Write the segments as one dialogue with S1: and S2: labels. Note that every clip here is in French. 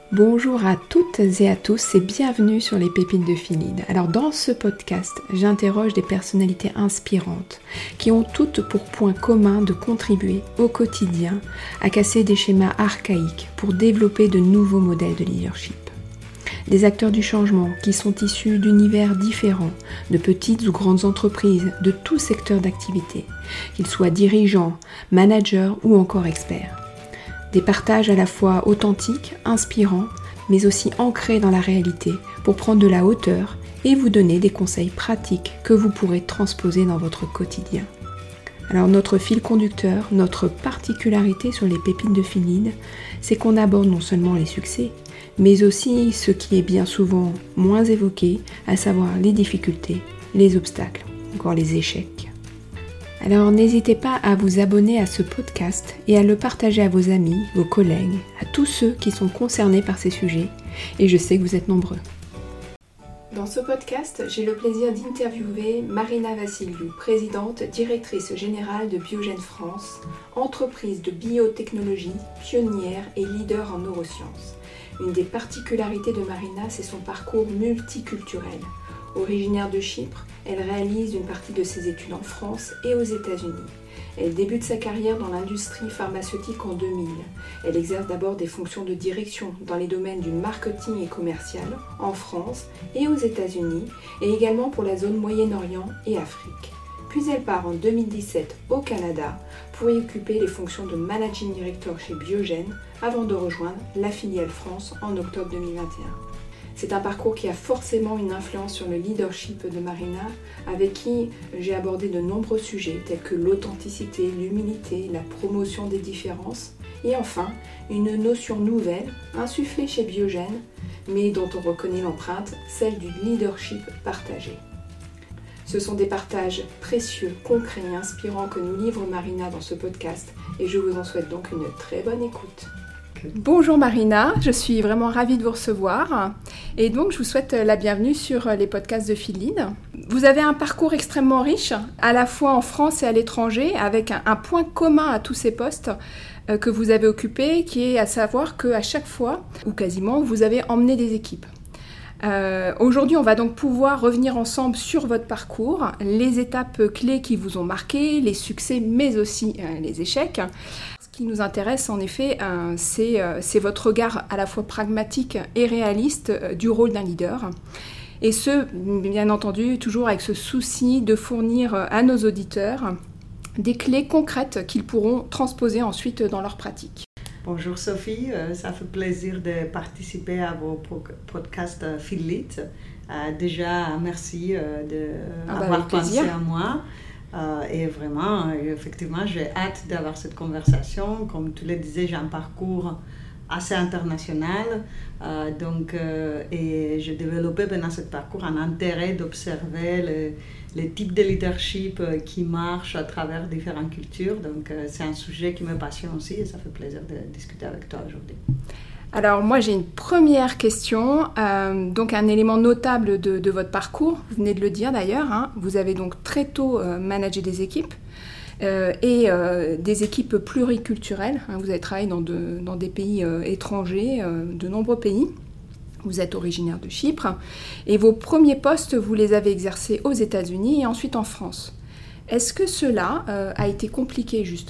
S1: Bonjour à toutes et à tous et bienvenue sur les Pépites de Philide. Alors dans ce podcast, j'interroge des personnalités inspirantes qui ont toutes pour point commun de contribuer au quotidien à casser des schémas archaïques pour développer de nouveaux modèles de leadership. Des acteurs du changement qui sont issus d'univers différents, de petites ou grandes entreprises, de tout secteur d'activité, qu'ils soient dirigeants, managers ou encore experts. Des partages à la fois authentiques, inspirants, mais aussi ancrés dans la réalité pour prendre de la hauteur et vous donner des conseils pratiques que vous pourrez transposer dans votre quotidien. Alors notre fil conducteur, notre particularité sur les pépites de Philide, c'est qu'on aborde non seulement les succès, mais aussi ce qui est bien souvent moins évoqué, à savoir les difficultés, les obstacles, encore les échecs. Alors n'hésitez pas à vous abonner à ce podcast et à le partager à vos amis, vos collègues, à tous ceux qui sont concernés par ces sujets, et je sais que vous êtes nombreux. Dans ce podcast, j'ai le plaisir d'interviewer Marina Vassiliou, présidente, directrice générale de Biogène France, entreprise de biotechnologie, pionnière et leader en neurosciences. Une des particularités de Marina, c'est son parcours multiculturel. Originaire de Chypre, elle réalise une partie de ses études en France et aux États-Unis. Elle débute sa carrière dans l'industrie pharmaceutique en 2000. Elle exerce d'abord des fonctions de direction dans les domaines du marketing et commercial en France et aux États-Unis, et également pour la zone Moyen-Orient et Afrique. Puis elle part en 2017 au Canada pour y occuper les fonctions de Managing Director chez Biogène avant de rejoindre la filiale France en octobre 2021. C'est un parcours qui a forcément une influence sur le leadership de Marina, avec qui j'ai abordé de nombreux sujets tels que l'authenticité, l'humilité, la promotion des différences et enfin une notion nouvelle, insufflée chez Biogène, mais dont on reconnaît l'empreinte, celle du leadership partagé. Ce sont des partages précieux, concrets et inspirants que nous livre Marina dans ce podcast et je vous en souhaite donc une très bonne écoute. Bonjour Marina, je suis vraiment ravie de vous recevoir et donc je vous souhaite la bienvenue sur les podcasts de Philide. Vous avez un parcours extrêmement riche, à la fois en France et à l'étranger, avec un point commun à tous ces postes que vous avez occupés, qui est à savoir qu'à chaque fois, ou quasiment, vous avez emmené des équipes. Aujourd'hui, on va donc pouvoir revenir ensemble sur votre parcours, les étapes clés qui vous ont marqué, les succès mais aussi les échecs. Ce qui nous intéresse en effet, c'est votre regard à la fois pragmatique et réaliste du rôle d'un leader. Et ce, bien entendu, toujours avec ce souci de fournir à nos auditeurs des clés concrètes qu'ils pourront transposer ensuite dans leur pratique.
S2: Bonjour Sophie, ça fait plaisir de participer à vos podcasts Philide. Déjà, merci d'avoir pensé à moi. Et vraiment, effectivement, j'ai hâte d'avoir cette conversation. Comme tu le disais, j'ai un parcours assez international. Et j'ai développé pendant ce parcours un intérêt d'observer les types de leadership qui marchent à travers différentes cultures. Donc, c'est un sujet qui me passionne aussi et ça fait plaisir de discuter avec toi aujourd'hui.
S1: Alors moi j'ai une première question, donc un élément notable de votre parcours, vous venez de le dire d'ailleurs, hein, vous avez donc très tôt managé des équipes et des équipes pluriculturelles, hein, vous avez travaillé dans des pays étrangers, de nombreux pays, vous êtes originaire de Chypre et vos premiers postes vous les avez exercés aux États-Unis et ensuite en France. Est-ce que cela a été compliqué justement ?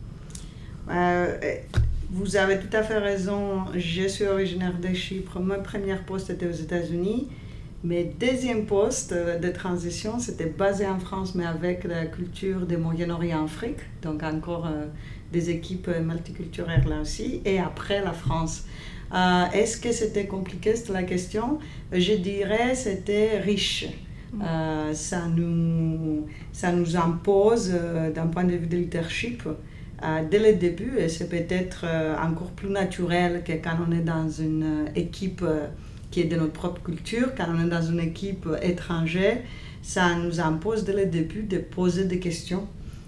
S2: Vous avez tout à fait raison, je suis originaire de Chypre, mon premier poste était aux États-Unis, mes deuxième poste de transition c'était basé en France mais avec la culture du Moyen-Orient Afrique, donc encore des équipes multiculturelles là aussi, et après la France. Est-ce que c'était compliqué, c'était la question? Je dirais c'était riche. Ça nous impose d'un point de vue de leadership. Dès le début, et c'est peut-être encore plus naturel que quand on est dans une équipe qui est de notre propre culture, quand on est dans une équipe étrangère, ça nous impose dès le début de poser des questions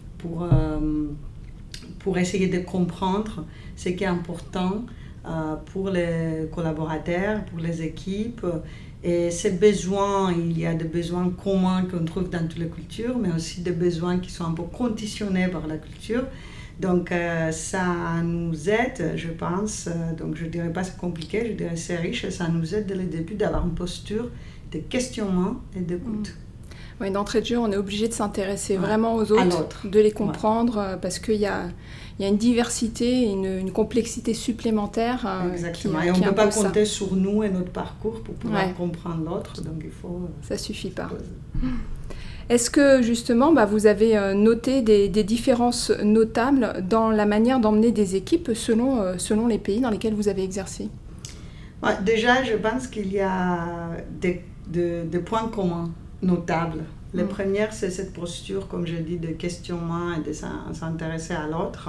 S2: pour essayer de comprendre ce qui est important pour les collaborateurs, pour les équipes. Et ces besoins, il y a des besoins communs qu'on trouve dans toutes les cultures, mais aussi des besoins qui sont un peu conditionnés par la culture. Donc ça nous aide, je pense, donc je ne dirais pas c'est compliqué, je dirais c'est riche et ça nous aide dès le début d'avoir une posture de questionnement et d'écoute.
S1: Oui, d'entrée de jeu, on est obligé de s'intéresser vraiment aux autres, de les comprendre, parce qu'il y a une diversité, une complexité supplémentaire.
S2: Exactement, et on ne peut pas compter sur nous et notre parcours pour pouvoir comprendre l'autre, donc il faut...
S1: Ça ne suffit pas. Est-ce que justement, vous avez noté des différences notables dans la manière d'emmener des équipes selon les pays dans lesquels vous avez exercé ?
S2: Déjà, je pense qu'il y a des points communs notables. Le premier, c'est cette posture, comme je dis, de questionnement et de s'intéresser à l'autre.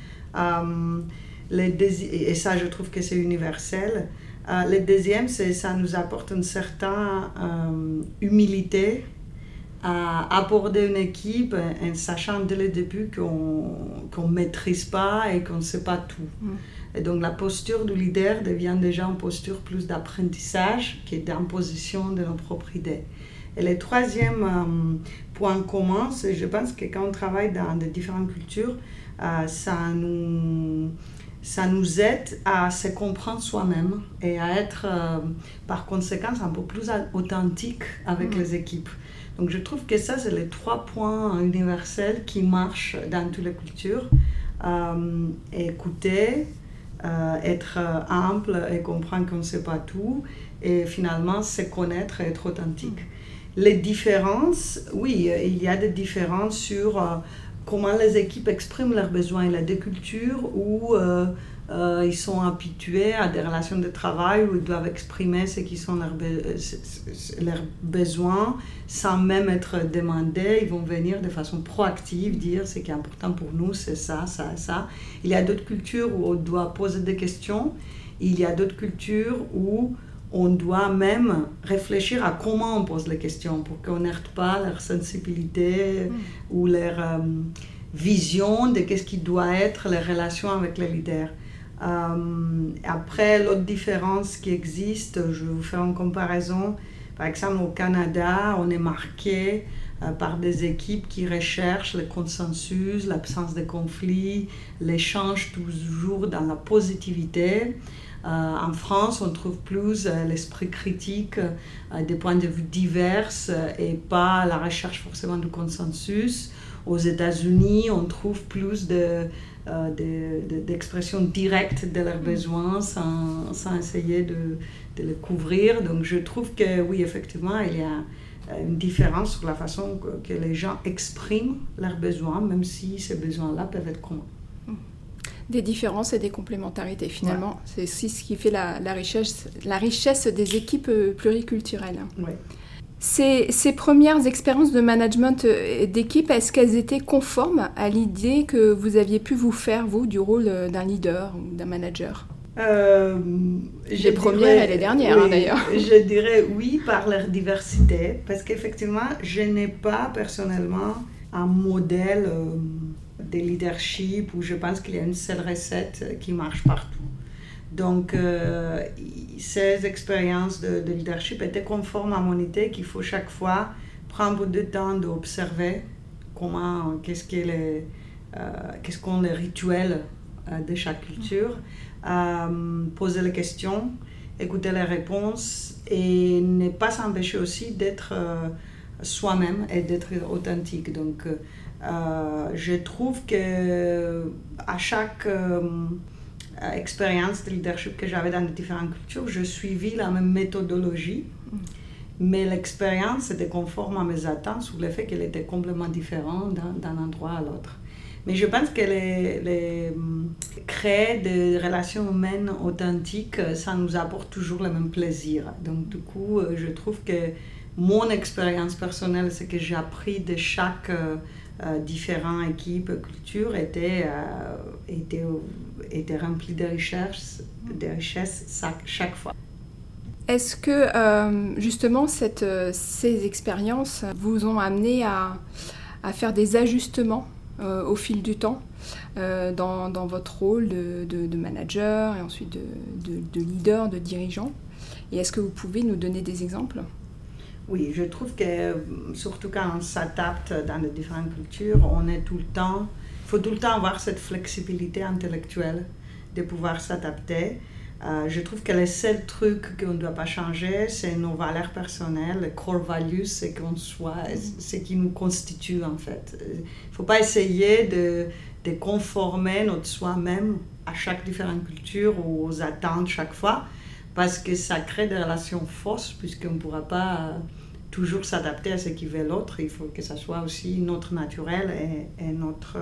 S2: Et ça, je trouve que c'est universel. Le deuxième, ça nous apporte une certaine humilité à aborder une équipe en sachant dès le début qu'on ne maîtrise pas et qu'on ne sait pas tout. Et donc la posture du leader devient déjà une posture plus d'apprentissage que d'imposition de nos propres idées. Et le troisième point commun, c'est je pense que quand on travaille dans de différentes cultures, ça nous aide à se comprendre soi-même et à être par conséquent un peu plus authentique avec les équipes. Donc je trouve que ça, c'est les 3 points universels qui marchent dans toutes les cultures. Écouter, être humble et comprendre qu'on ne sait pas tout, et finalement se connaître et être authentique. Les différences, oui, il y a des différences sur comment les équipes expriment leurs besoins. Il y a des cultures où ils sont habitués à des relations de travail où ils doivent exprimer ce qui sont leurs besoins sans même être demandés. Ils vont venir de façon proactive, dire ce qui est important pour nous, c'est ça, ça et ça. Il y a d'autres cultures où on doit poser des questions. Il y a d'autres cultures où on doit même réfléchir à comment on pose les questions pour qu'on n'heurte pas leur sensibilité ou leur vision de qu'est-ce qui doit être les relations avec les leaders. Après, l'autre différence qui existe, je vais vous faire une comparaison. Par exemple, au Canada, on est marqué par des équipes qui recherchent le consensus, l'absence de conflit, l'échange toujours dans la positivité. En France, on trouve plus l'esprit critique, des points de vue divers et pas la recherche forcément du consensus. Aux États-Unis, on trouve plus d'expressions directes de leurs besoins sans essayer de les couvrir. Donc je trouve que oui, effectivement, il y a une différence sur la façon que les gens expriment leurs besoins, même si ces besoins-là peuvent être communs.
S1: Des différences et des complémentarités, finalement. C'est aussi ce qui fait la richesse des équipes pluriculturelles.
S2: Ouais.
S1: Ces premières expériences de management d'équipe, est-ce qu'elles étaient conformes à l'idée que vous aviez pu vous faire, vous, du rôle d'un leader ou d'un manager ?
S2: Les
S1: premières et les dernières,
S2: oui,
S1: d'ailleurs.
S2: Je dirais oui, par leur diversité, parce qu'effectivement, je n'ai pas personnellement un modèle de leadership où je pense qu'il y a une seule recette qui marche partout. Donc, ces expériences de leadership étaient conformes à mon idée qu'il faut chaque fois prendre du temps d'observer qu'est-ce qu'ont les rituels de chaque culture, poser les questions, écouter les réponses et ne pas s'empêcher aussi d'être soi-même et d'être authentique. Donc, je trouve que à chaque expérience de leadership que j'avais dans les différentes cultures, je suivis la même méthodologie, mais l'expérience était conforme à mes attentes sur le fait qu'elle était complètement différente d'un endroit à l'autre. Mais je pense que créer des relations humaines authentiques, ça nous apporte toujours le même plaisir. Donc du coup, je trouve que mon expérience personnelle, ce que j'ai appris de chaque différentes équipes, cultures, était remplie de richesses chaque fois.
S1: Est-ce que justement ces expériences vous ont amené à faire des ajustements au fil du temps dans votre rôle de manager et ensuite de leader, de dirigeant? Et est-ce que vous pouvez nous donner des exemples?
S2: Oui, je trouve que surtout quand on s'adapte dans les différentes cultures, on est tout le temps faut tout le temps avoir cette flexibilité intellectuelle de pouvoir s'adapter. Je trouve que le seul truc qu'on ne doit pas changer, c'est nos valeurs personnelles, les core values, c'est qu'on soit, ce qui nous constitue en fait. Il ne faut pas essayer de conformer notre soi-même à chaque différente culture ou aux attentes chaque fois, parce que ça crée des relations fausses, puisqu'on ne pourra pas toujours s'adapter à ce qui veut l'autre. Il faut que ça soit aussi notre naturel et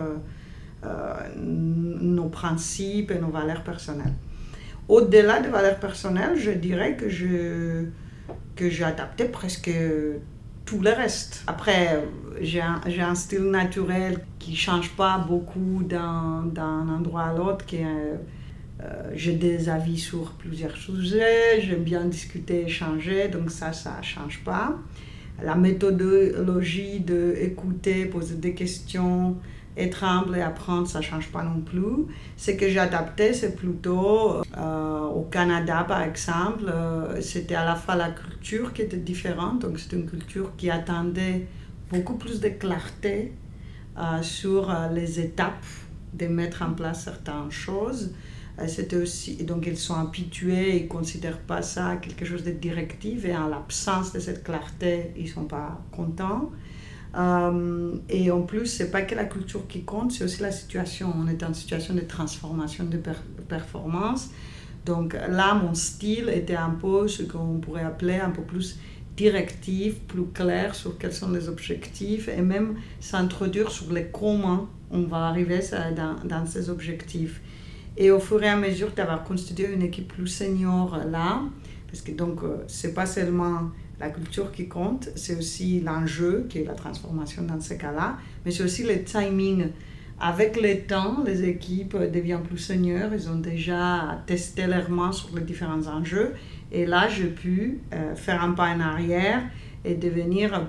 S2: nos principes et nos valeurs personnelles. Au-delà des valeurs personnelles, je dirais que j'ai adapté presque tout le reste. Après, j'ai un style naturel qui ne change pas beaucoup d'un endroit à l'autre. J'ai des avis sur plusieurs sujets, j'aime bien discuter, échanger, donc ça ne change pas. La méthodologie d'écouter, poser des questions, être humble et apprendre, ça ne change pas non plus. Ce que j'ai adapté, c'est plutôt au Canada, par exemple, c'était à la fois la culture qui était différente, donc c'était une culture qui attendait beaucoup plus de clarté sur les étapes de mettre en place certaines choses. C'était aussi, donc ils sont habitués, ils ne considèrent pas ça quelque chose de directif et en l'absence de cette clarté, ils ne sont pas contents. Et en plus, ce n'est pas que la culture qui compte, c'est aussi la situation. On est en situation de transformation de performance. Donc là, mon style était un peu ce qu'on pourrait appeler un peu plus directif, plus clair sur quels sont les objectifs et même s'introduire sur les comment on va arriver dans ces objectifs. Et au fur et à mesure d'avoir constitué une équipe plus senior là, parce que donc c'est pas seulement la culture qui compte, c'est aussi l'enjeu qui est la transformation dans ce cas-là, mais c'est aussi le timing. Avec le temps, les équipes deviennent plus seniors, ils ont déjà testé leurs mains sur les différents enjeux, et là j'ai pu faire un pas en arrière et devenir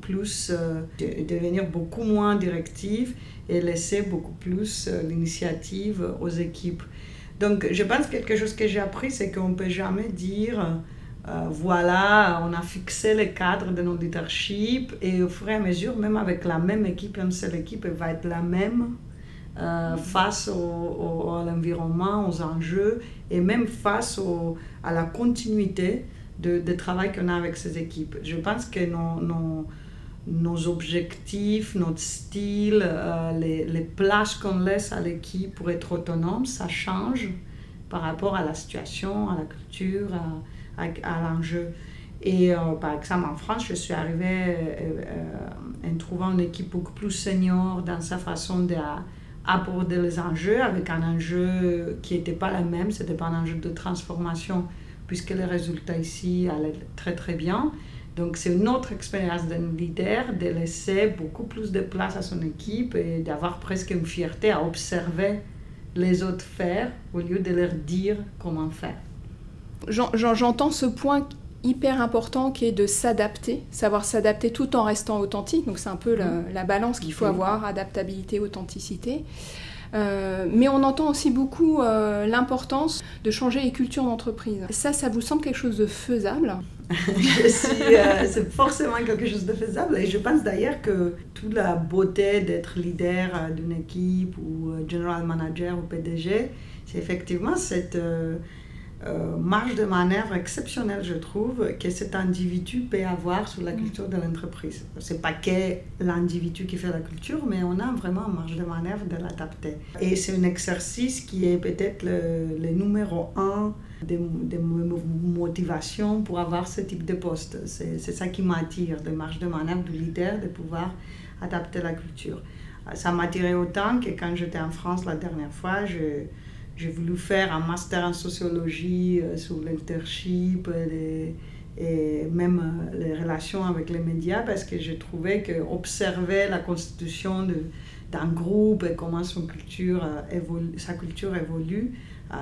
S2: beaucoup moins directive et laisser beaucoup plus l'initiative aux équipes. Donc je pense que quelque chose que j'ai appris, c'est qu'on ne peut jamais dire voilà, on a fixé le cadre de notre leadership et au fur et à mesure, même avec la même équipe, une seule équipe, elle va être la même face à l'environnement, aux enjeux et même face à la continuité de travail qu'on a avec ces équipes. Je pense que nos objectifs, notre style, les places qu'on laisse à l'équipe pour être autonome, ça change par rapport à la situation, à la culture, à l'enjeu. Et par exemple, en France, je suis arrivée en trouvant une équipe beaucoup plus senior dans sa façon d'aborder les enjeux, avec un enjeu qui n'était pas le même, ce n'était pas un enjeu de transformation, puisque les résultats ici allaient très très bien. Donc c'est une autre expérience d'un leader de laisser beaucoup plus de place à son équipe et d'avoir presque une fierté à observer les autres faire au lieu de leur dire comment faire.
S1: J'entends ce point hyper important qui est de s'adapter, savoir s'adapter tout en restant authentique. Donc c'est un peu la balance qu'il faut avoir, adaptabilité, authenticité. Mais on entend aussi beaucoup l'importance de changer les cultures d'entreprise. Ça vous semble quelque chose de faisable ?
S2: C'est forcément quelque chose de faisable et je pense d'ailleurs que toute la beauté d'être leader d'une équipe ou general manager ou PDG, c'est effectivement cette marge de manœuvre exceptionnelle, je trouve, que cet individu peut avoir sur la culture de l'entreprise. Ce n'est pas que l'individu qui fait la culture, mais on a vraiment une marge de manœuvre de l'adapter. Et c'est un exercice qui est peut-être le numéro 1 de motivation pour avoir ce type de poste. C'est ça qui m'attire, de marge de manœuvre du leader, de pouvoir adapter la culture. Ça m'attirait autant que quand j'étais en France la dernière fois, j'ai voulu faire un master en sociologie sur le leadership et même les relations avec les médias parce que j'ai trouvé qu'observer la constitution d'un groupe et comment sa culture évolue,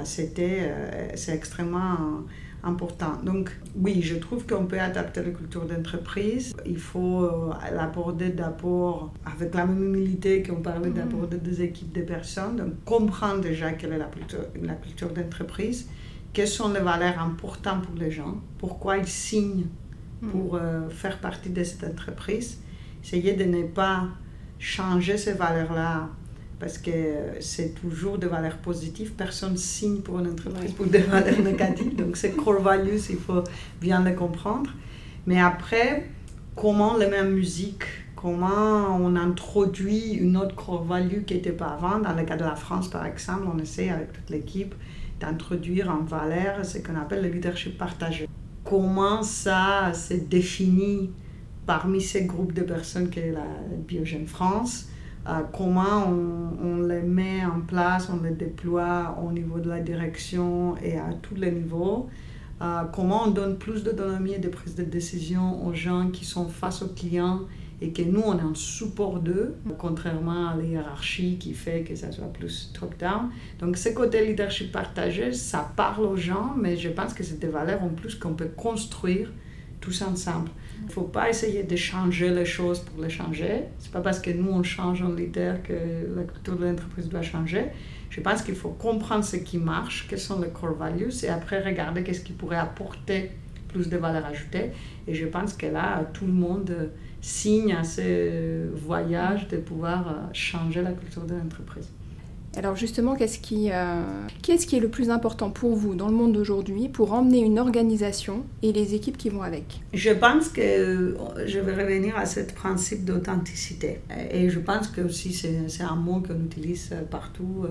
S2: c'est extrêmement important. Donc oui, je trouve qu'on peut adapter la culture d'entreprise. Il faut l'aborder d'abord avec la même humilité qu'on parlait d'aborder des équipes de personnes. Donc comprendre déjà quelle est la culture d'entreprise, quelles sont les valeurs importantes pour les gens, pourquoi ils signent pour faire partie de cette entreprise. Essayer de ne pas changer ces valeurs-là parce que c'est toujours des valeurs positives. Personne signe pour une entreprise pour des valeurs négatives. Donc, ces core values, il faut bien les comprendre. Mais après, comment les mêmes musiques, comment on introduit une autre core value qui n'était pas avant. Dans le cas de la France, par exemple, on essaie avec toute l'équipe d'introduire en valeur ce qu'on appelle le leadership partagé. Comment ça se définit parmi ces groupes de personnes qu'est la Biogène France, comment on les met en place, on les déploie au niveau de la direction et à tous les niveaux, comment on donne plus d'autonomie et de prise de décision aux gens qui sont face aux clients et que nous, on est en support d'eux, contrairement à la hiérarchie qui fait que ça soit plus top-down. Donc, ce côté leadership partagé, ça parle aux gens, mais je pense que c'est des valeurs en plus qu'on peut construire tous ensemble. Il ne faut pas essayer de changer les choses pour les changer. Ce n'est pas parce que nous, on change en leader que la culture de l'entreprise doit changer. Je pense qu'il faut comprendre ce qui marche, quels sont les core values, et après regarder qu'est-ce qui pourrait apporter plus de valeur ajoutée. Et je pense que là, tout le monde signe à ce voyage de pouvoir changer la culture de l'entreprise.
S1: Alors justement, qu'est-ce qui est le plus important pour vous dans le monde d'aujourd'hui pour emmener une organisation et les équipes qui vont avec?
S2: Je pense que je vais revenir à ce principe d'authenticité. Et je pense que aussi c'est un mot qu'on utilise partout.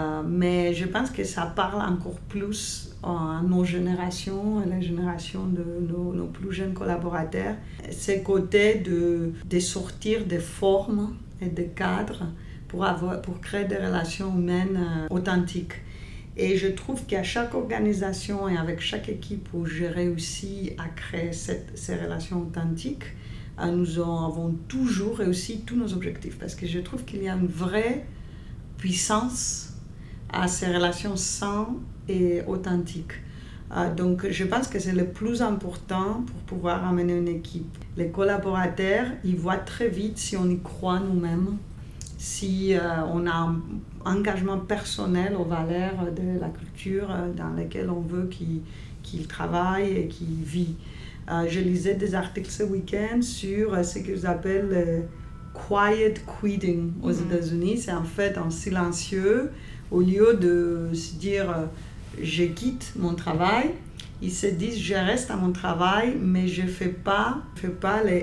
S2: Mais je pense que ça parle encore plus à nos générations, à la génération de nos plus jeunes collaborateurs. Ce côté de sortir des formes et des cadres pour créer des relations humaines authentiques. Et je trouve qu'à chaque organisation et avec chaque équipe où j'ai réussi à créer ces relations authentiques, nous avons toujours réussi tous nos objectifs. Parce que je trouve qu'il y a une vraie puissance à ces relations saines et authentiques. Donc je pense que c'est le plus important pour pouvoir amener une équipe. Les collaborateurs, ils voient très vite si on y croit nous-mêmes, si on a un engagement personnel aux valeurs de la culture dans laquelle on veut qu'il travaille et qu'il vit. Je lisais des articles ce week-end sur ce qu'ils appellent le quiet quitting aux États-Unis. C'est en fait un silencieux. Au lieu de se dire je quitte mon travail, ils se disent je reste à mon travail, mais je fais pas les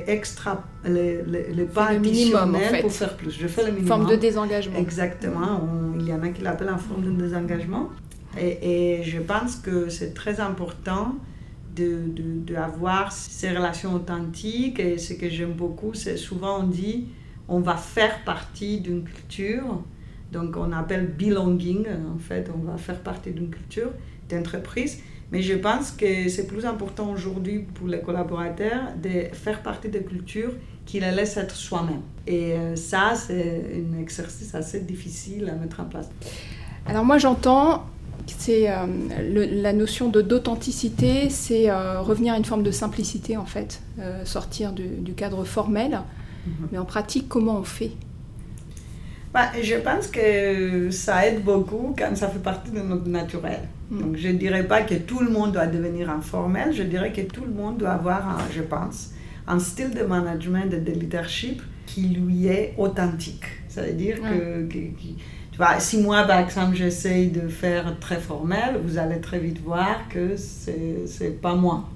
S2: pas additionnels en fait, pour faire plus. Je fais le minimum.
S1: Forme de désengagement.
S2: Exactement. Il y en a qui l'appellent en forme de désengagement. Et je pense que c'est très important d'avoir ces relations authentiques. Et ce que j'aime beaucoup, c'est souvent on dit on va faire partie d'une culture. Donc on appelle belonging. En fait, on va faire partie d'une culture d'entreprise. Mais je pense que c'est plus important aujourd'hui pour les collaborateurs de faire partie de cultures qui les laissent être soi-même. Et ça, c'est un exercice assez difficile à mettre en place.
S1: Alors moi, j'entends, c'est la notion d'authenticité, c'est revenir à une forme de simplicité, en fait, sortir du cadre formel. Mais en pratique, comment on fait ?
S2: Je pense que ça aide beaucoup quand ça fait partie de notre naturel. Donc, je ne dirais pas que tout le monde doit devenir informel, je dirais que tout le monde doit avoir, je pense, un style de management et de leadership qui lui est authentique. Ça veut dire que tu vois, si moi, par exemple, j'essaye de faire très formel, vous allez très vite voir que c'est pas moi.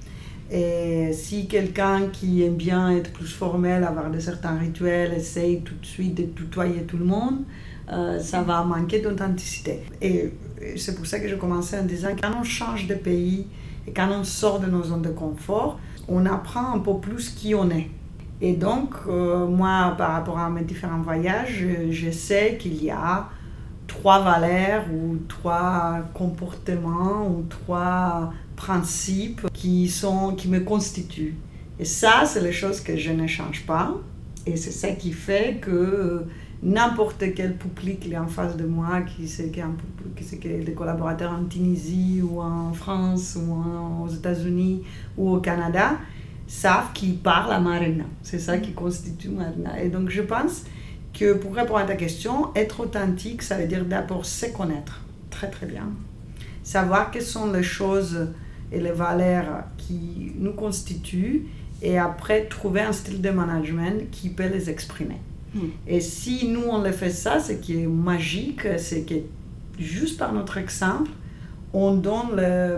S2: Et si quelqu'un qui aime bien être plus formel, avoir de certains rituels, essaye tout de suite de tutoyer tout le monde, ça va manquer d'authenticité. Et c'est pour ça que je commençais en disant, quand on change de pays et quand on sort de nos zones de confort, on apprend un peu plus qui on est. Et donc, moi, par rapport à mes différents voyages, je sais qu'il y a 3 valeurs ou 3 comportements ou 3 principes qui me constituent. Et ça, c'est les choses que je ne change pas. Et c'est ça qui fait que n'importe quel public qui est en face de moi, qui c'est des collaborateurs en Tunisie ou en France ou aux États-Unis ou au Canada, savent qu'ils parlent à Marina. C'est ça qui constitue Marina. Et donc je pense que pour répondre à ta question, être authentique, ça veut dire d'abord se connaître très très bien. Savoir quelles sont les choses et les valeurs qui nous constituent et après trouver un style de management qui peut les exprimer. Et si nous, on le fait ça, ce qui est magique, c'est que juste par notre exemple, on donne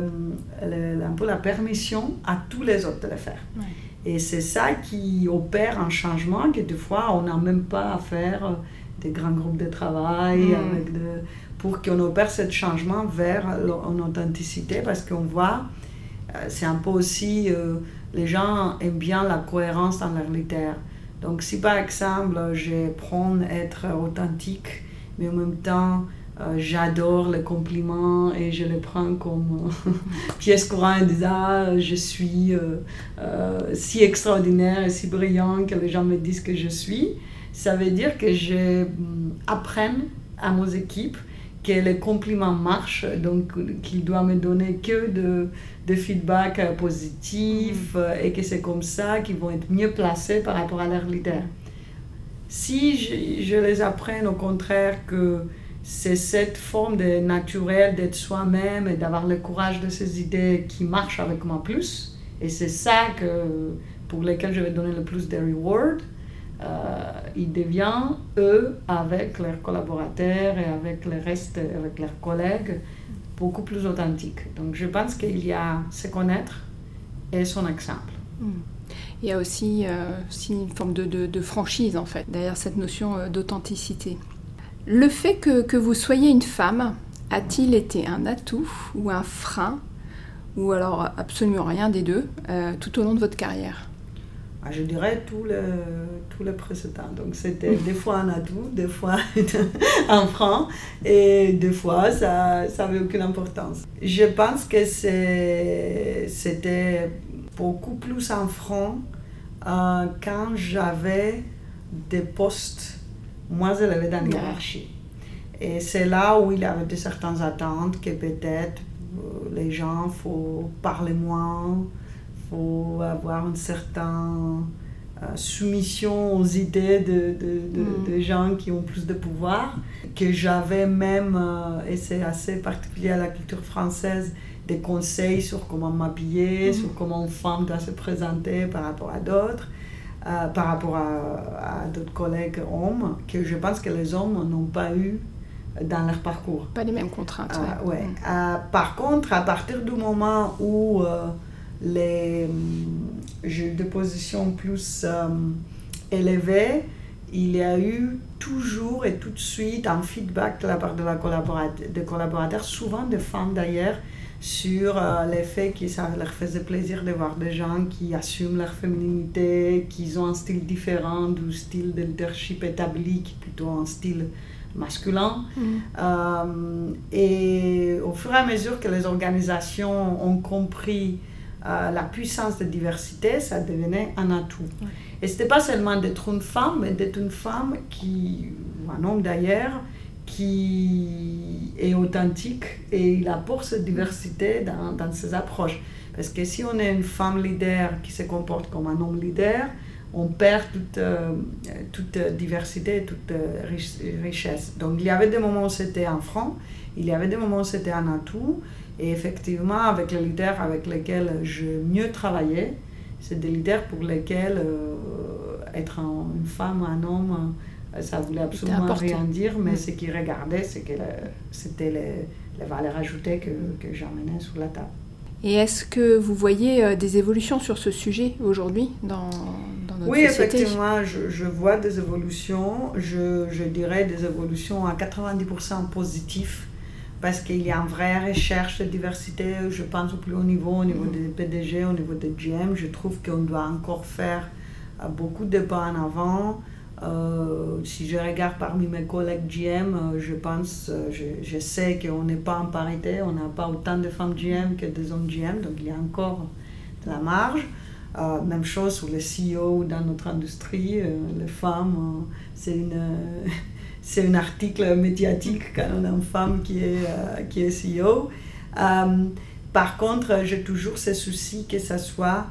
S2: un peu la permission à tous les autres de le faire. Ouais. Et c'est ça qui opère un changement que des fois, on n'a même pas à faire des grands groupes de travail pour qu'on opère ce changement vers l'authenticité, parce qu'on voit, c'est un peu aussi, les gens aiment bien la cohérence dans leur leader. Donc si par exemple, je prends être authentique, mais en même temps, j'adore les compliments et je les prends comme pièce courante en disant je suis si extraordinaire et si brillant que les gens me disent que je suis. Ça veut dire que j'apprenne à mes équipes que les compliments marchent, donc qu'ils doivent me donner que de feedback positif et que c'est comme ça qu'ils vont être mieux placés par rapport à leur leader. Si je les apprends au contraire que c'est cette forme de naturelle d'être soi-même et d'avoir le courage de ses idées qui marche avec moi plus, et c'est ça pour lesquels je vais donner le plus de reward, ils deviennent, eux, avec leurs collaborateurs et avec le reste, avec leurs collègues, beaucoup plus authentiques. Donc je pense qu'il y a se connaître et son exemple.
S1: Il y a aussi une forme de franchise, en fait, derrière cette notion d'authenticité. Le fait que vous soyez une femme, a-t-il été un atout ou un frein, ou alors absolument rien des deux, tout au long de votre carrière ?
S2: Je dirais tous les précédents. Donc c'était des fois un atout, des fois un frein, et des fois ça n'avait aucune importance. Je pense que c'était beaucoup plus un frein quand j'avais des postes moins élevés dans la hiérarchie. Et c'est là où il y avait de certaines attentes que peut-être les gens, il faut parler moins, il faut avoir une certaine soumission aux idées de gens qui ont plus de pouvoir, que j'avais même, et c'est assez particulier à la culture française, des conseils sur comment m'habiller, sur comment une femme doit se présenter par rapport à d'autres, par rapport à d'autres collègues hommes, que je pense que les hommes n'ont pas eu dans leur parcours.
S1: Pas les mêmes contraintes.
S2: Ouais. Par contre, à partir du moment où j'ai eu des positions plus élevées, il y a eu toujours et tout de suite un feedback de la part des collaborateurs, souvent des femmes d'ailleurs, sur le fait que ça leur faisait plaisir de voir des gens qui assument leur féminité, qui ont un style différent du style de leadership établi, qui est plutôt un style masculin. Et au fur et à mesure que les organisations ont compris la puissance de diversité, ça devenait un atout. Ouais. Et ce n'était pas seulement d'être une femme, mais d'être une femme ou un homme d'ailleurs, qui est authentique et il apporte cette diversité dans ses approches. Parce que si on est une femme leader qui se comporte comme un homme leader, on perd toute diversité et toute richesse. Donc il y avait des moments où c'était un frein, il y avait des moments où c'était un atout, et effectivement avec les leaders avec lesquels je mieux travaillais, c'est des leaders pour lesquels être une femme ou un homme, ça voulait absolument rien dire, mais ce qu'ils regardaient, c'était les valeurs ajoutées que j'emmenais sur la table.
S1: Et est-ce que vous voyez des évolutions sur ce sujet aujourd'hui dans notre
S2: société ? Effectivement, je vois des évolutions. Je dirais des évolutions à 90% positives, parce qu'il y a une vraie recherche de diversité, je pense au plus haut niveau des PDG, au niveau des GM. Je trouve qu'on doit encore faire beaucoup de pas en avant. Si je regarde parmi mes collègues GM, je sais qu'on n'est pas en parité, on n'a pas autant de femmes GM que des hommes GM, donc il y a encore de la marge. Même chose sur les CEO dans notre industrie, les femmes, c'est un article médiatique quand on a une femme qui est CEO. Par contre, j'ai toujours ce souci que ça soit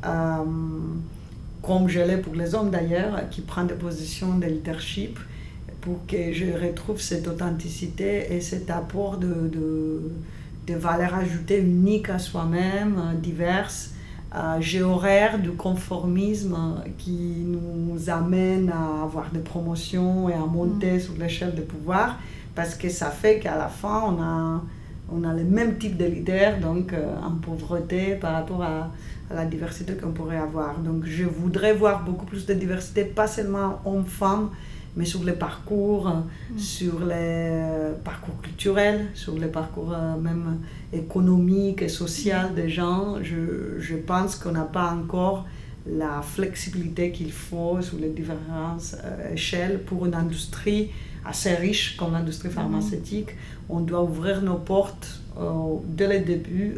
S2: comme je l'ai pour les hommes d'ailleurs, qui prennent des positions de leadership, pour que je retrouve cette authenticité et cet apport de valeurs ajoutées uniques à soi-même, diverses, géoraire du conformisme qui nous amène à avoir des promotions et à monter sur l'échelle de pouvoir, parce que ça fait qu'à la fin, on a le même type de leader, donc en pauvreté par rapport à la diversité qu'on pourrait avoir. Donc je voudrais voir beaucoup plus de diversité, pas seulement hommes-femmes, mais sur les parcours, sur les parcours culturels, sur les parcours même économiques et sociaux des gens. Je pense qu'on n'a pas encore la flexibilité qu'il faut sur les différentes échelles pour une industrie assez riche comme l'industrie pharmaceutique. On doit ouvrir nos portes dès le début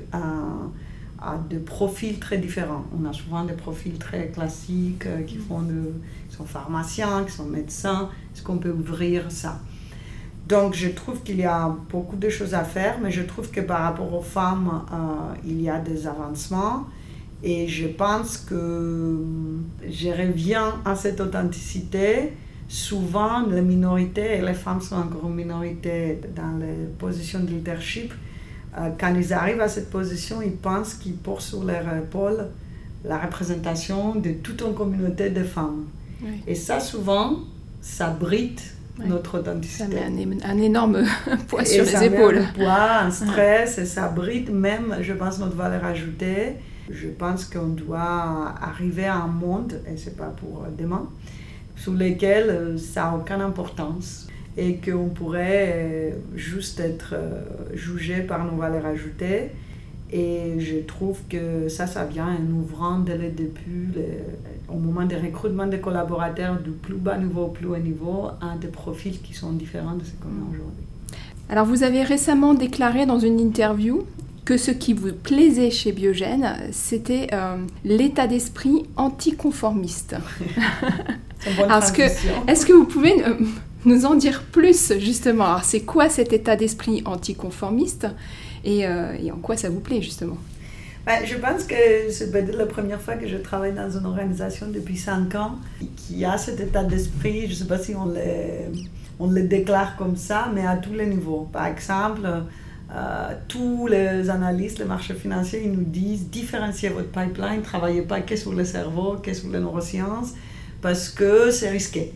S2: à des profils très différents. On a souvent des profils très classiques qui sont pharmaciens, qui sont médecins. Est-ce qu'on peut ouvrir ça? Donc je trouve qu'il y a beaucoup de choses à faire, mais je trouve que par rapport aux femmes, il y a des avancements. Et je pense que je reviens à cette authenticité. Souvent, les minorités, et les femmes sont encore une minorité dans les positions de leadership, quand ils arrivent à cette position, ils pensent qu'ils portent sur leur épaule la représentation de toute une communauté de femmes. Oui. Et ça, souvent, ça bride notre authenticité.
S1: Ça met un énorme poids sur les épaules.
S2: Un poids, un stress, et ça bride même, je pense, notre valeur ajoutée. Je pense qu'on doit arriver à un monde, et ce n'est pas pour demain, sur lequel ça n'a aucune importance. Et qu'on pourrait juste être jugé par nos valeurs ajoutées. Et je trouve que ça vient en ouvrant dès le début, au moment des recrutements des collaborateurs du plus bas niveau au plus haut niveau, à des profils qui sont différents de ce qu'on a aujourd'hui.
S1: Alors vous avez récemment déclaré dans une interview que ce qui vous plaisait chez Biogène, c'était l'état d'esprit anticonformiste.
S2: C'est une bonne transition.
S1: Est-ce que vous pouvez nous en dire plus, justement? Alors, c'est quoi cet état d'esprit anticonformiste et en quoi ça vous plaît, justement?
S2: Je pense que c'est peut-être la première fois que je travaille dans une organisation depuis 5 ans qui a cet état d'esprit. Je ne sais pas si on le déclare comme ça, mais à tous les niveaux. Par exemple, tous les analystes, les marchés financiers, ils nous disent différenciez votre pipeline, ne travaillez pas que sur le cerveau, que sur les neurosciences, parce que c'est risqué.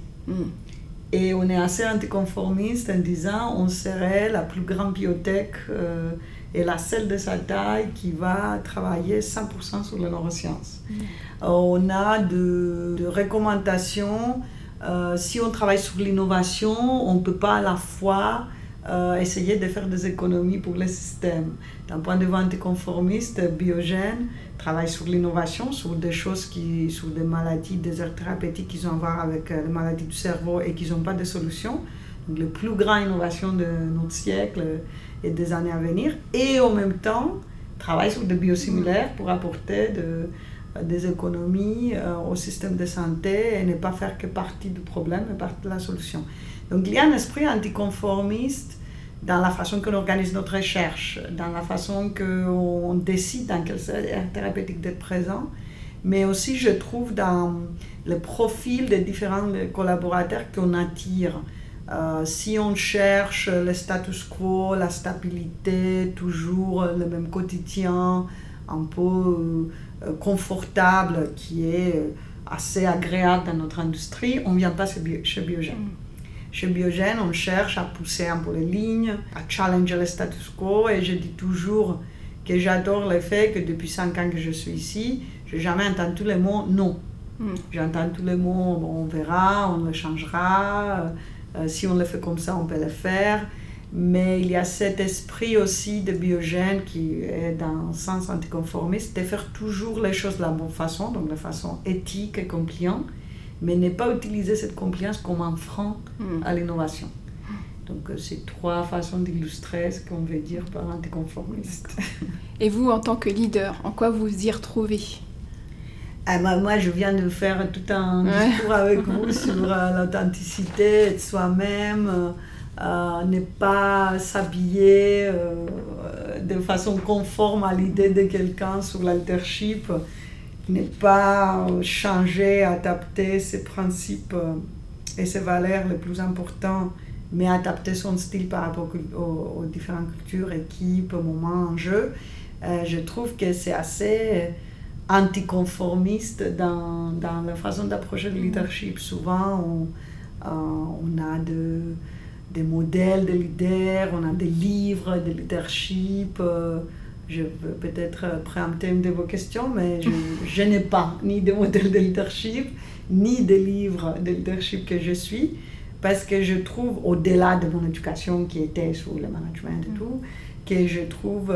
S2: Et on est assez anticonformiste en disant on serait la plus grande biotech et la seule de sa taille qui va travailler 100% sur les neurosciences. On a de recommandations, si on travaille sur l'innovation, on ne peut pas à la fois essayer de faire des économies pour le système. D'un point de vue anticonformiste, Biogène travaille sur l'innovation, sur des choses sur des maladies, des aires thérapeutiques qui ont à voir avec les maladies du cerveau et qui n'ont pas de solution. Donc, la plus grande innovation de notre siècle et des années à venir. Et en même temps, travaille sur des biosimilaires pour apporter des économies au système de santé et ne pas faire que partie du problème, mais partie de la solution. Donc, il y a un esprit anticonformiste dans la façon qu'on organise notre recherche, dans la façon qu'on décide dans quelle aire thérapeutique d'être présent, mais aussi, je trouve, dans le profil des différents collaborateurs qu'on attire. Si on cherche le status quo, la stabilité, toujours le même quotidien, un peu confortable, qui est assez agréable dans notre industrie, on ne vient pas chez Biogène. Chez Biogène, on cherche à pousser un peu les lignes, à challenger le status quo, et je dis toujours que j'adore le fait que depuis 5 ans que je suis ici, je n'ai jamais entendu tous les mots « non ». J'entends tous les mots « on verra, on le changera ». Si on le fait comme ça, on peut le faire. Mais il y a cet esprit aussi de Biogène qui est dans un sens anticonformiste, de faire toujours les choses de la bonne façon, donc de façon éthique et compliante, mais ne pas utiliser cette compliance comme un frein à l'innovation. Donc c'est 3 façons d'illustrer ce qu'on veut dire par anticonformiste.
S1: Et vous, en tant que leader, en quoi vous y retrouvez ?
S2: Moi, je viens de faire tout un discours avec vous sur l'authenticité de soi-même, ne pas s'habiller de façon conforme à l'idée de quelqu'un sur le leadership, ne pas changer, adapter ses principes et ses valeurs les plus importants, mais adapter son style par rapport aux différentes cultures, équipes, moments, enjeux. Je trouve que c'est assez anticonformiste dans la façon d'approcher le leadership. Souvent, on a des modèles de leaders, on a des livres de leadership. Je veux peut-être préempter une de vos questions, mais je n'ai pas ni de modèle de leadership, ni de livre de leadership que je suis, parce que je trouve, au-delà de mon éducation qui était sur le management et tout, que je trouve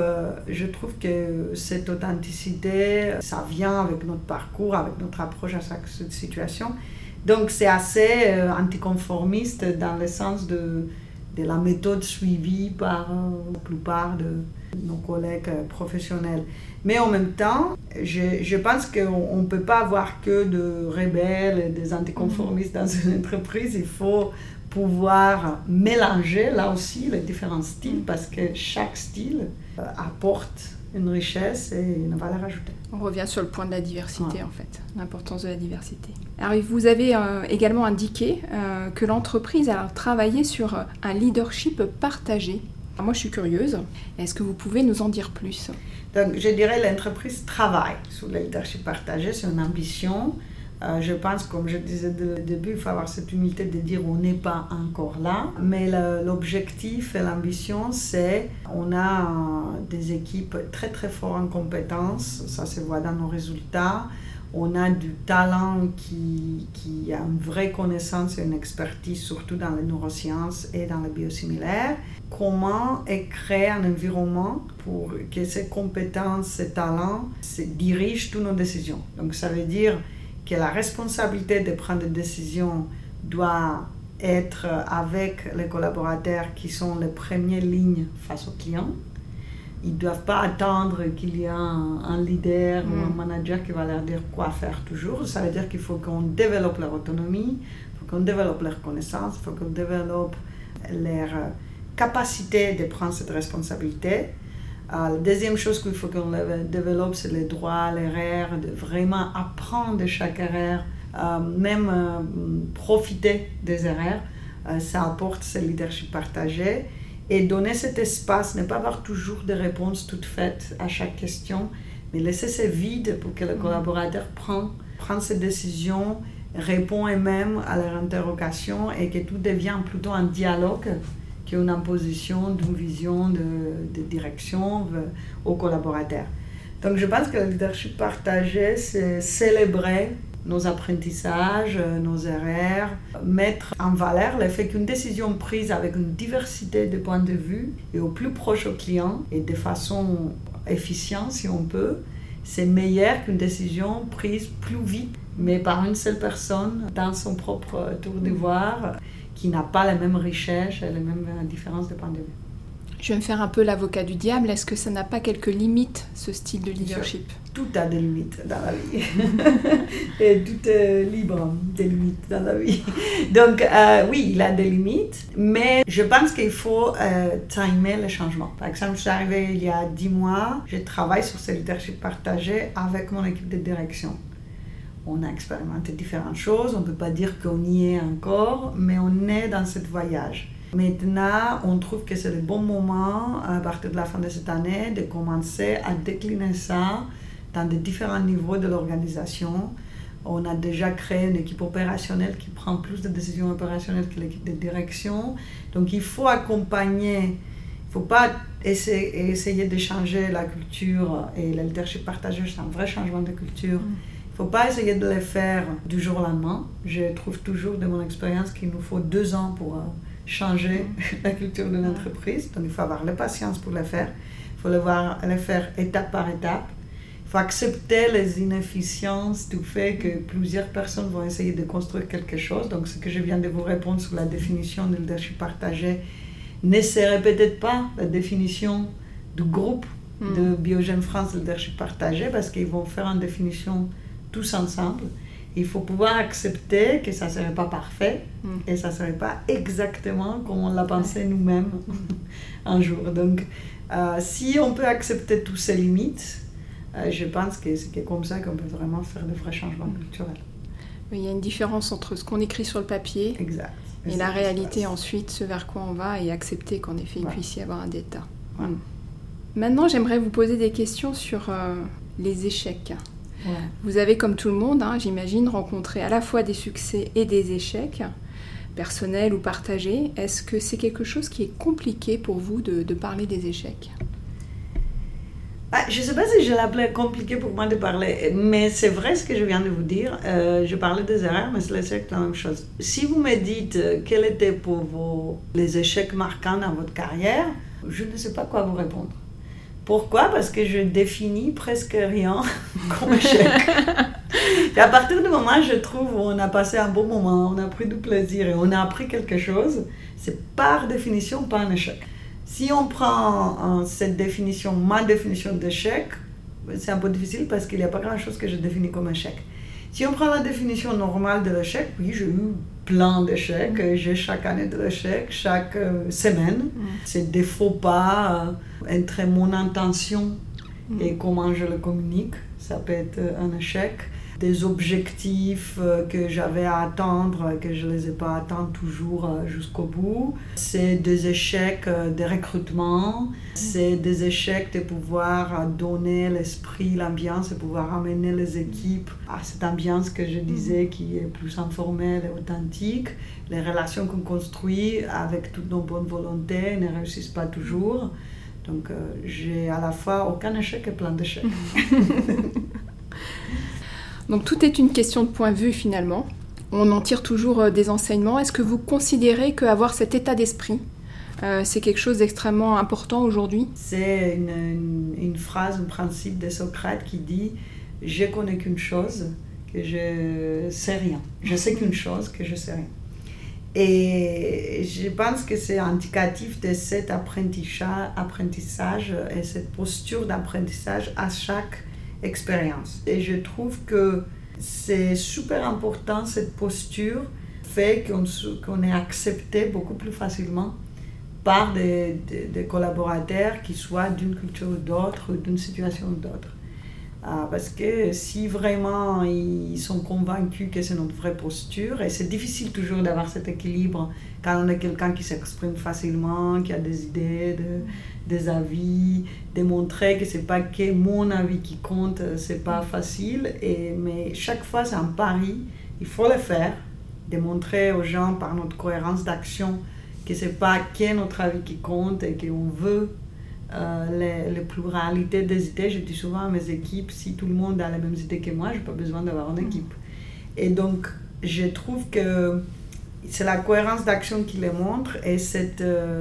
S2: que cette authenticité, ça vient avec notre parcours, avec notre approche à chaque situation. Donc c'est assez anticonformiste dans le sens de la méthode suivie par la plupart de nos collègues professionnels. Mais en même temps, je pense qu'on ne peut pas avoir que de rebelles, des anticonformistes dans une entreprise. Il faut pouvoir mélanger là aussi les différents styles parce que chaque style apporte une richesse et une valeur ajoutée.
S1: On revient sur le point de la diversité en fait, l'importance de la diversité. Alors vous avez également indiqué que l'entreprise a travaillé sur un leadership partagé. Alors, moi je suis curieuse, est-ce que vous pouvez nous en dire plus ?
S2: Donc je dirais que l'entreprise travaille sur le leadership partagé, c'est une ambition. Je pense, comme je disais dès le début, il faut avoir cette humilité de dire on n'est pas encore là. Mais l'objectif et l'ambition, c'est on a des équipes très très fortes en compétences, ça se voit dans nos résultats. On a du talent qui a une vraie connaissance et une expertise, surtout dans les neurosciences et dans les biosimilaires. Comment créer un environnement pour que ces compétences, ces talents dirigent toutes nos décisions. Donc ça veut dire que la responsabilité de prendre des décisions doit être avec les collaborateurs qui sont les premières lignes face aux clients. Ils ne doivent pas attendre qu'il y ait un leader ou un manager qui va leur dire quoi faire toujours. Ça veut dire qu'il faut qu'on développe leur autonomie, il faut qu'on développe leurs connaissances, il faut qu'on développe leur capacité de prendre cette responsabilité. La deuxième chose qu'il faut qu'on développe, c'est les droits, les erreurs, de vraiment apprendre de chaque erreur, même profiter des erreurs. Ça apporte ce leadership partagé. Et donner cet espace, ne pas avoir toujours des réponses toutes faites à chaque question, mais laisser ce vide pour que le collaborateur prenne ses décisions, répond eux-mêmes à leurs interrogations et que tout devient plutôt un dialogue qu'une imposition d'une vision de direction aux collaborateurs. Donc je pense que le leadership partagé, c'est célébrer nos apprentissages, nos erreurs, mettre en valeur le fait qu'une décision prise avec une diversité de points de vue et au plus proche au client et de façon efficiente si on peut, c'est meilleur qu'une décision prise plus vite mais par une seule personne dans son propre tour d'ivoire qui n'a pas la même richesse et les mêmes différences de points de vue.
S1: Je vais me faire un peu l'avocat du diable. Est-ce que ça n'a pas quelques limites, ce style de leadership ?
S2: Tout a des limites dans la vie. Et tout est libre des limites dans la vie. Donc, oui, il a des limites, mais je pense qu'il faut timer le changement. Par exemple, je suis arrivée il y a 10 mois, je travaille sur ce leadership partagé avec mon équipe de direction. On a expérimenté différentes choses, on ne peut pas dire qu'on y est encore, mais on est dans ce voyage. Maintenant, on trouve que c'est le bon moment, à partir de la fin de cette année, de commencer à décliner ça dans des différents niveaux de l'organisation. On a déjà créé une équipe opérationnelle qui prend plus de décisions opérationnelles que l'équipe de direction. Donc il faut accompagner, il ne faut pas essayer de changer la culture et le leadership partagé, c'est un vrai changement de culture. Il ne faut pas essayer de le faire du jour au lendemain. Je trouve toujours de mon expérience qu'il nous faut 2 ans pour changer la culture de l'entreprise. Donc il faut avoir la patience pour le faire. Il faut le faire étape par étape. Il faut accepter les inefficiences du fait que plusieurs personnes vont essayer de construire quelque chose. Donc ce que je viens de vous répondre sur la définition de leadership partagé ne serait peut-être pas la définition du groupe de Biogène France Leadership Partagé parce qu'ils vont faire une définition tous ensemble. Il faut pouvoir accepter que ça ne serait pas parfait et ça ne serait pas exactement comme on l'a pensé nous-mêmes un jour. Donc, si on peut accepter toutes ces limites, je pense que c'est comme ça qu'on peut vraiment faire de vrais changements culturels.
S1: Il y a une différence entre ce qu'on écrit sur le papier et la réalité ensuite, ce vers quoi on va et accepter qu'en effet il puisse y avoir un delta. Maintenant, j'aimerais vous poser des questions sur les échecs.
S2: Ouais.
S1: Vous avez, comme tout le monde, j'imagine, rencontré à la fois des succès et des échecs, personnels ou partagés. Est-ce que c'est quelque chose qui est compliqué pour vous de parler des échecs ?
S2: Je ne sais pas si je l'appelais compliqué pour moi de parler, mais c'est vrai ce que je viens de vous dire. Je parlais des erreurs, mais c'est l'échec la même chose. Si vous me dites quels étaient pour vous les échecs marquants dans votre carrière, je ne sais pas quoi vous répondre. Pourquoi ? Parce que je définis presque rien comme échec. Et à partir du moment, je trouve, où on a passé un bon moment, on a pris du plaisir et on a appris quelque chose, c'est par définition pas un échec. Si on prend cette définition, ma définition d'échec, c'est un peu difficile parce qu'il n'y a pas grand-chose que je définis comme échec. Si on prend la définition normale de l'échec, oui, j'ai eu plein d'échecs. J'ai chaque année de l'échec, chaque semaine. C'est des faux pas entre mon intention et comment je le communique. Ça peut être un échec. Des objectifs que j'avais à atteindre, que je ne les ai pas atteints toujours jusqu'au bout. C'est des échecs de recrutement. C'est des échecs de pouvoir donner l'esprit, l'ambiance et pouvoir amener les équipes à cette ambiance que je disais qui est plus informelle et authentique. Les relations qu'on construit avec toutes nos bonnes volontés ne réussissent pas toujours. Donc j'ai à la fois aucun échec et plein d'échecs.
S1: Donc tout est une question de point de vue finalement. On en tire toujours des enseignements. Est-ce que vous considérez qu'avoir cet état d'esprit, c'est quelque chose d'extrêmement important aujourd'hui ?
S2: C'est une phrase, un principe de Socrate qui dit « Je connais qu'une chose, que je sais rien. Je sais qu'une chose, que je sais rien. » Et je pense que c'est indicatif de cet apprentissage et cette posture d'apprentissage à chaque expérience. Et je trouve que c'est super important, cette posture fait qu'on est accepté beaucoup plus facilement par des collaborateurs qui soient d'une culture ou d'autre, ou d'une situation ou d'autre. Parce que si vraiment ils sont convaincus que c'est notre vraie posture, et c'est difficile toujours d'avoir cet équilibre quand on est quelqu'un qui s'exprime facilement, qui a des idées, des avis, de montrer que c'est pas que mon avis qui compte, c'est pas facile, mais chaque fois c'est un pari, il faut le faire, de montrer aux gens par notre cohérence d'action que c'est pas que notre avis qui compte et qu'on veut la pluralité des idées. Je dis souvent à mes équipes, si tout le monde a les mêmes idées que moi, je n'ai pas besoin d'avoir une équipe. Et donc, je trouve que c'est la cohérence d'action qui les montre et cette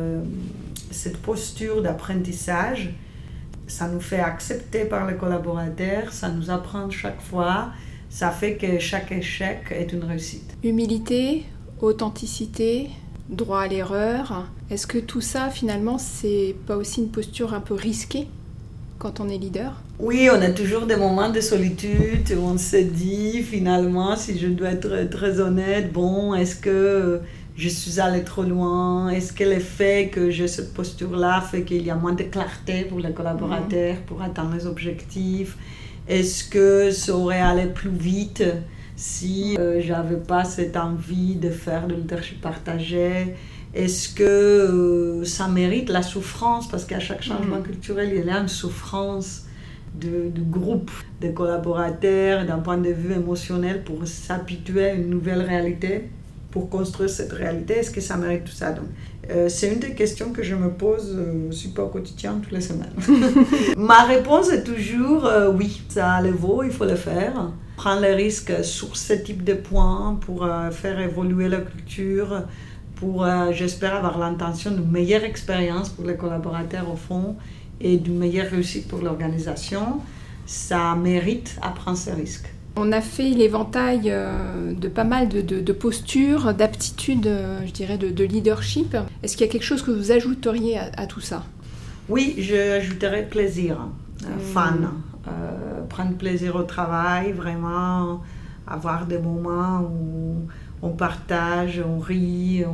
S2: posture d'apprentissage, ça nous fait accepter par les collaborateurs, ça nous apprend chaque fois, ça fait que chaque échec est une réussite.
S1: Humilité, authenticité, droit à l'erreur. Est-ce que tout ça, finalement, c'est pas aussi une posture un peu risquée quand on est leader ?
S2: Oui, on a toujours des moments de solitude où on se dit, finalement, si je dois être très honnête, bon, est-ce que je suis allée trop loin ? Est-ce que le fait que j'ai cette posture-là fait qu'il y a moins de clarté pour les collaborateurs, pour atteindre les objectifs ? Est-ce que ça aurait allé plus vite si j'avais pas cette envie de faire le leadership partagé? Est-ce que ça mérite la souffrance? Parce qu'à chaque changement culturel, il y a une souffrance du groupe, des collaborateurs, d'un point de vue émotionnel pour s'habituer à une nouvelle réalité, pour construire cette réalité. Est-ce que ça mérite tout ça? Donc, c'est une des questions que je me pose super au quotidien, toutes les semaines. Ma réponse est toujours oui, ça le vaut, il faut le faire. Prendre les risques sur ce type de points pour faire évoluer la culture, pour, j'espère, avoir l'intention d'une meilleure expérience pour les collaborateurs au fond et d'une meilleure réussite pour l'organisation, ça mérite à prendre ces risques.
S1: On a fait l'éventail de pas mal de postures, d'aptitudes, je dirais, de leadership. Est-ce qu'il y a quelque chose que vous ajouteriez à tout ça ?
S2: Oui, j'ajouterais plaisir, fun, prendre plaisir au travail, vraiment avoir des moments où on partage, on rit,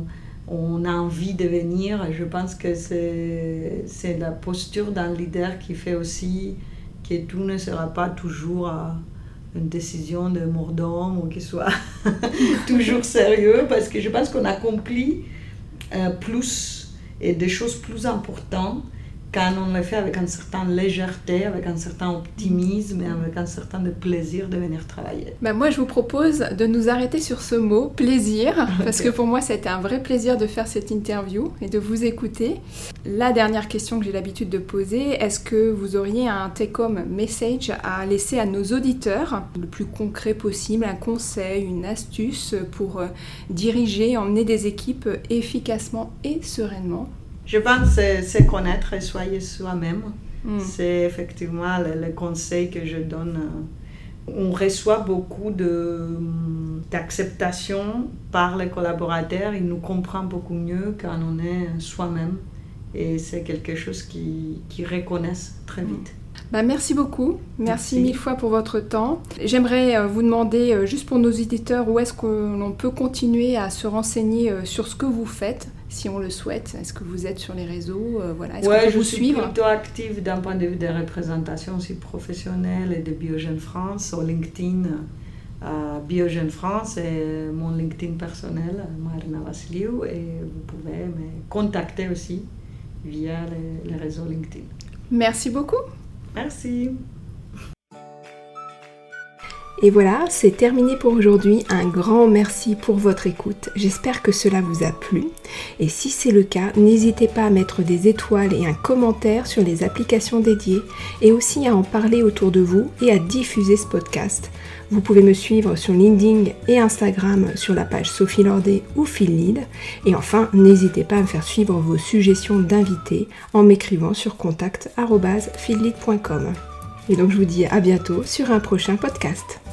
S2: on a envie de venir. Je pense que c'est la posture d'un leader qui fait aussi que tout ne sera pas toujours une décision de mort d'homme ou qu'il soit toujours sérieux, parce que je pense qu'on accomplit plus et des choses plus importantes quand on le fait avec une certaine légèreté, avec un certain optimisme et avec un certain de plaisir de venir travailler.
S1: Moi, je vous propose de nous arrêter sur ce mot, plaisir, parce que pour moi, ça a été un vrai plaisir de faire cette interview et de vous écouter. La dernière question que j'ai l'habitude de poser, est-ce que vous auriez un take-home message à laisser à nos auditeurs, le plus concret possible, un conseil, une astuce pour diriger, emmener des équipes efficacement et sereinement ?
S2: Je pense que c'est connaître et soyez soi-même. C'est effectivement le conseil que je donne. On reçoit beaucoup d'acceptation par les collaborateurs. Ils nous comprennent beaucoup mieux quand on est soi-même. Et c'est quelque chose qu'ils reconnaissent très vite.
S1: Merci beaucoup. Merci mille fois pour votre temps. J'aimerais vous demander, juste pour nos auditeurs, où est-ce qu'on peut continuer à se renseigner sur ce que vous faites, si on le souhaite. Est-ce que vous êtes sur les réseaux Est-ce qu'on peut vous suivre ?
S2: Je suis plutôt active d'un point de vue de représentation aussi professionnelle et de Biogen France sur LinkedIn. Biogen France est mon LinkedIn personnel, Marina Vassiliou, et vous pouvez me contacter aussi via les réseaux LinkedIn.
S1: Merci beaucoup.
S2: Merci.
S1: Et voilà, c'est terminé pour aujourd'hui. Un grand merci pour votre écoute. J'espère que cela vous a plu. Et si c'est le cas, n'hésitez pas à mettre des étoiles et un commentaire sur les applications dédiées et aussi à en parler autour de vous et à diffuser ce podcast. Vous pouvez me suivre sur LinkedIn et Instagram sur la page Sophie Lordet ou Feellead. Et enfin, n'hésitez pas à me faire suivre vos suggestions d'invités en m'écrivant sur contact@feellead.com. Et donc je vous dis à bientôt sur un prochain podcast.